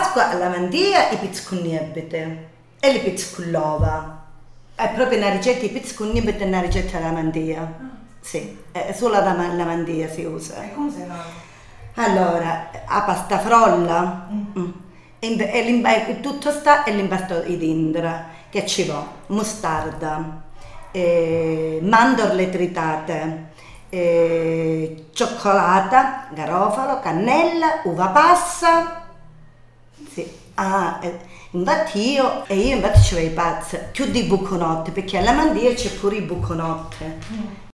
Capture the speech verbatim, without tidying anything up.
Pasqua alla mandia i pizzi con niebete e le pizze con l'ova. È proprio una ricetta di pizzi con niebete e una ricetta alla mandia. Ah. Sì, è solo la, la mandia si usa. E come si fa? Allora, la pasta frolla, mm. Mm. e, e l'imbasto, tutto sta e l'impasto di dindra, che ci va, mostarda, eh, mandorle tritate, eh, cioccolata, garofalo, cannella, uva passa. Sì. Ah, eh, infatti io, e io infatti ci avevo i pazzi, più di buconotte, perché alla mandia c'è pure i buconotte. Mm.